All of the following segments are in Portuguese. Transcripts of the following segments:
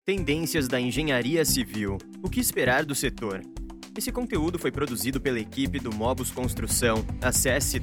Tendências da engenharia civil. O que esperar do setor? Esse conteúdo foi produzido pela equipe do Mobus Construção. Acesse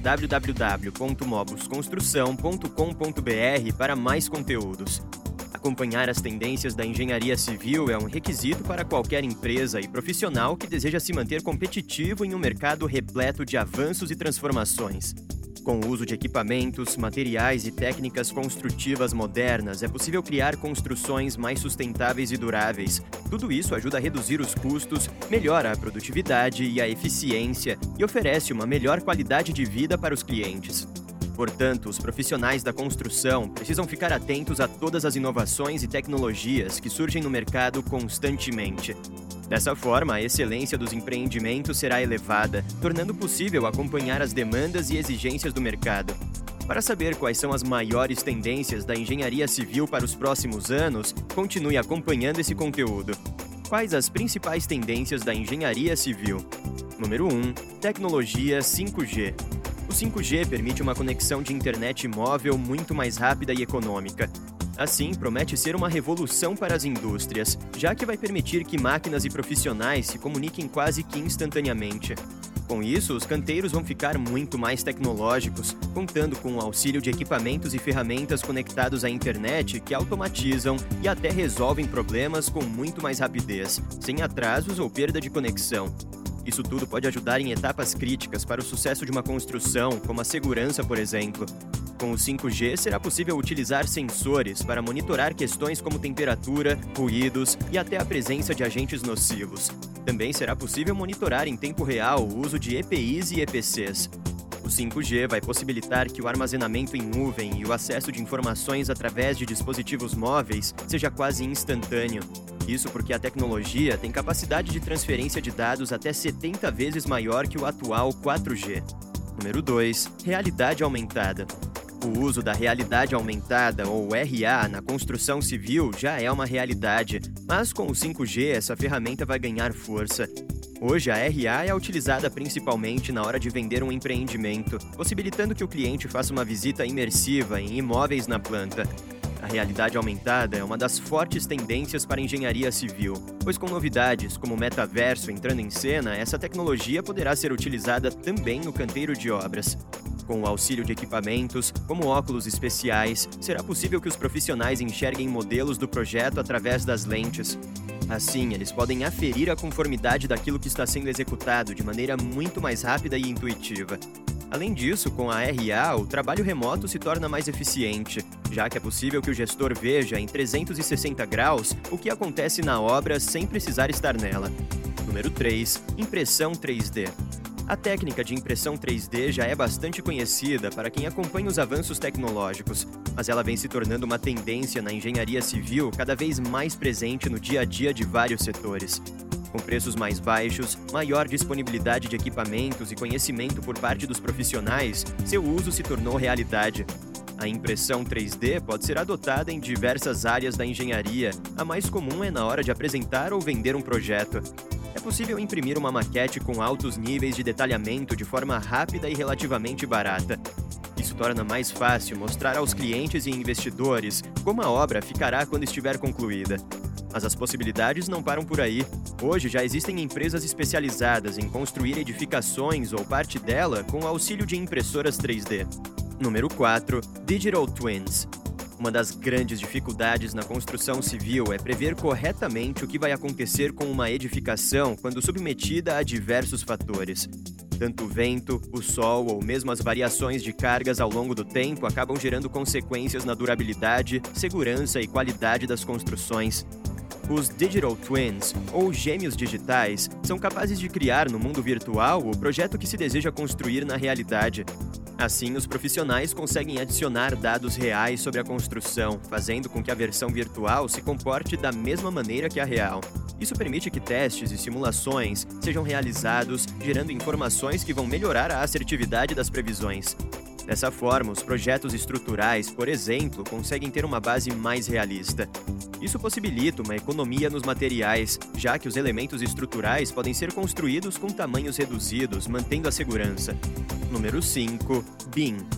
www.mobusconstrução.com.br para mais conteúdos. Acompanhar as tendências da engenharia civil é um requisito para qualquer empresa e profissional que deseja se manter competitivo em um mercado repleto de avanços e transformações. Com o uso de equipamentos, materiais e técnicas construtivas modernas, é possível criar construções mais sustentáveis e duráveis. Tudo isso ajuda a reduzir os custos, melhora a produtividade e a eficiência e oferece uma melhor qualidade de vida para os clientes. Portanto, os profissionais da construção precisam ficar atentos a todas as inovações e tecnologias que surgem no mercado constantemente. Dessa forma, a excelência dos empreendimentos será elevada, tornando possível acompanhar as demandas e exigências do mercado. Para saber quais são as maiores tendências da engenharia civil para os próximos anos, continue acompanhando esse conteúdo. Quais as principais tendências da engenharia civil? Número 1. Tecnologia 5G. O 5G permite uma conexão de internet móvel muito mais rápida e econômica. Assim, promete ser uma revolução para as indústrias, já que vai permitir que máquinas e profissionais se comuniquem quase que instantaneamente. Com isso, os canteiros vão ficar muito mais tecnológicos, contando com o auxílio de equipamentos e ferramentas conectados à internet que automatizam e até resolvem problemas com muito mais rapidez, sem atrasos ou perda de conexão. Isso tudo pode ajudar em etapas críticas para o sucesso de uma construção, como a segurança, por exemplo. Com o 5G, será possível utilizar sensores para monitorar questões como temperatura, ruídos e até a presença de agentes nocivos. Também será possível monitorar em tempo real o uso de EPIs e EPCs. O 5G vai possibilitar que o armazenamento em nuvem e o acesso de informações através de dispositivos móveis seja quase instantâneo. Isso porque a tecnologia tem capacidade de transferência de dados até 70 vezes maior que o atual 4G. Número 2. Realidade aumentada. O uso da realidade aumentada, ou RA, na construção civil já é uma realidade, mas com o 5G essa ferramenta vai ganhar força. Hoje, a RA é utilizada principalmente na hora de vender um empreendimento, possibilitando que o cliente faça uma visita imersiva em imóveis na planta. A realidade aumentada é uma das fortes tendências para a engenharia civil, pois com novidades como o metaverso entrando em cena, essa tecnologia poderá ser utilizada também no canteiro de obras. Com o auxílio de equipamentos, como óculos especiais, será possível que os profissionais enxerguem modelos do projeto através das lentes. Assim, eles podem aferir a conformidade daquilo que está sendo executado de maneira muito mais rápida e intuitiva. Além disso, com a RA, o trabalho remoto se torna mais eficiente, já que é possível que o gestor veja em 360 graus o que acontece na obra sem precisar estar nela. Número 3. Impressão 3D. A técnica de impressão 3D já é bastante conhecida para quem acompanha os avanços tecnológicos, mas ela vem se tornando uma tendência na engenharia civil cada vez mais presente no dia a dia de vários setores. Com preços mais baixos, maior disponibilidade de equipamentos e conhecimento por parte dos profissionais, seu uso se tornou realidade. A impressão 3D pode ser adotada em diversas áreas da engenharia. A mais comum é na hora de apresentar ou vender um projeto. É possível imprimir uma maquete com altos níveis de detalhamento de forma rápida e relativamente barata. Isso torna mais fácil mostrar aos clientes e investidores como a obra ficará quando estiver concluída. Mas as possibilidades não param por aí. Hoje já existem empresas especializadas em construir edificações ou parte dela com o auxílio de impressoras 3D. Número 4. Digital Twins. Uma das grandes dificuldades na construção civil é prever corretamente o que vai acontecer com uma edificação quando submetida a diversos fatores. Tanto o vento, o sol ou mesmo as variações de cargas ao longo do tempo acabam gerando consequências na durabilidade, segurança e qualidade das construções. Os Digital Twins, ou gêmeos digitais, são capazes de criar no mundo virtual o projeto que se deseja construir na realidade. Assim, os profissionais conseguem adicionar dados reais sobre a construção, fazendo com que a versão virtual se comporte da mesma maneira que a real. Isso permite que testes e simulações sejam realizados, gerando informações que vão melhorar a assertividade das previsões. Dessa forma, os projetos estruturais, por exemplo, conseguem ter uma base mais realista. Isso possibilita uma economia nos materiais, já que os elementos estruturais podem ser construídos com tamanhos reduzidos, mantendo a segurança. Número 5. BIM.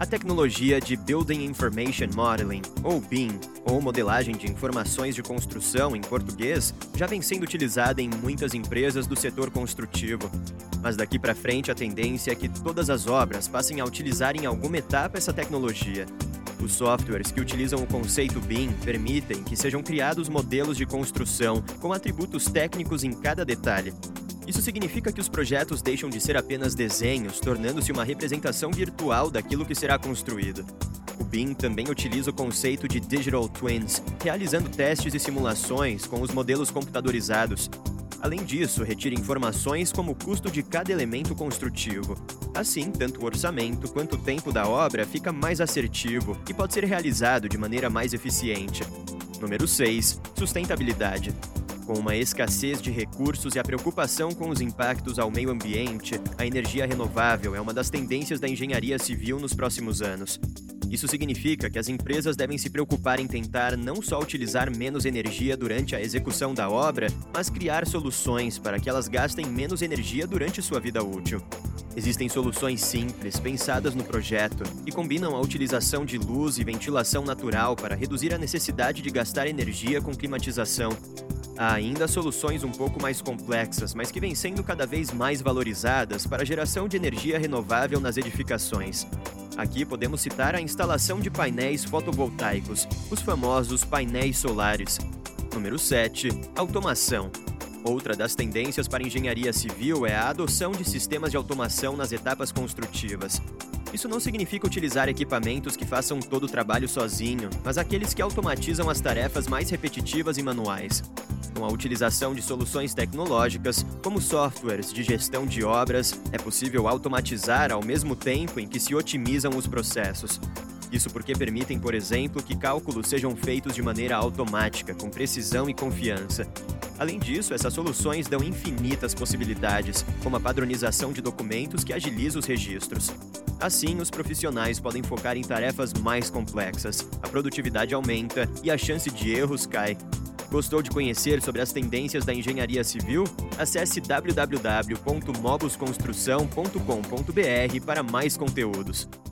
A tecnologia de Building Information Modeling, ou BIM, ou modelagem de informações de construção em português, já vem sendo utilizada em muitas empresas do setor construtivo. Mas daqui para frente a tendência é que todas as obras passem a utilizar em alguma etapa essa tecnologia. Os softwares que utilizam o conceito BIM permitem que sejam criados modelos de construção com atributos técnicos em cada detalhe. Isso significa que os projetos deixam de ser apenas desenhos, tornando-se uma representação virtual daquilo que será construído. O BIM também utiliza o conceito de Digital Twins, realizando testes e simulações com os modelos computadorizados. Além disso, retira informações como o custo de cada elemento construtivo. Assim, tanto o orçamento quanto o tempo da obra fica mais assertivo e pode ser realizado de maneira mais eficiente. Número 6. Sustentabilidade. Com uma escassez de recursos e a preocupação com os impactos ao meio ambiente, a energia renovável é uma das tendências da engenharia civil nos próximos anos. Isso significa que as empresas devem se preocupar em tentar não só utilizar menos energia durante a execução da obra, mas criar soluções para que elas gastem menos energia durante sua vida útil. Existem soluções simples, pensadas no projeto, que combinam a utilização de luz e ventilação natural para reduzir a necessidade de gastar energia com climatização. Há ainda soluções um pouco mais complexas, mas que vêm sendo cada vez mais valorizadas para a geração de energia renovável nas edificações. Aqui podemos citar a instalação de painéis fotovoltaicos, os famosos painéis solares. Número 7. Automação. Outra das tendências para a engenharia civil é a adoção de sistemas de automação nas etapas construtivas. Isso não significa utilizar equipamentos que façam todo o trabalho sozinho, mas aqueles que automatizam as tarefas mais repetitivas e manuais. Com a utilização de soluções tecnológicas, como softwares de gestão de obras, é possível automatizar ao mesmo tempo em que se otimizam os processos. Isso porque permitem, por exemplo, que cálculos sejam feitos de maneira automática, com precisão e confiança. Além disso, essas soluções dão infinitas possibilidades, como a padronização de documentos que agiliza os registros. Assim, os profissionais podem focar em tarefas mais complexas, a produtividade aumenta e a chance de erros cai. Gostou de conhecer sobre as tendências da engenharia civil? Acesse www.mobusconstrução.com.br para mais conteúdos.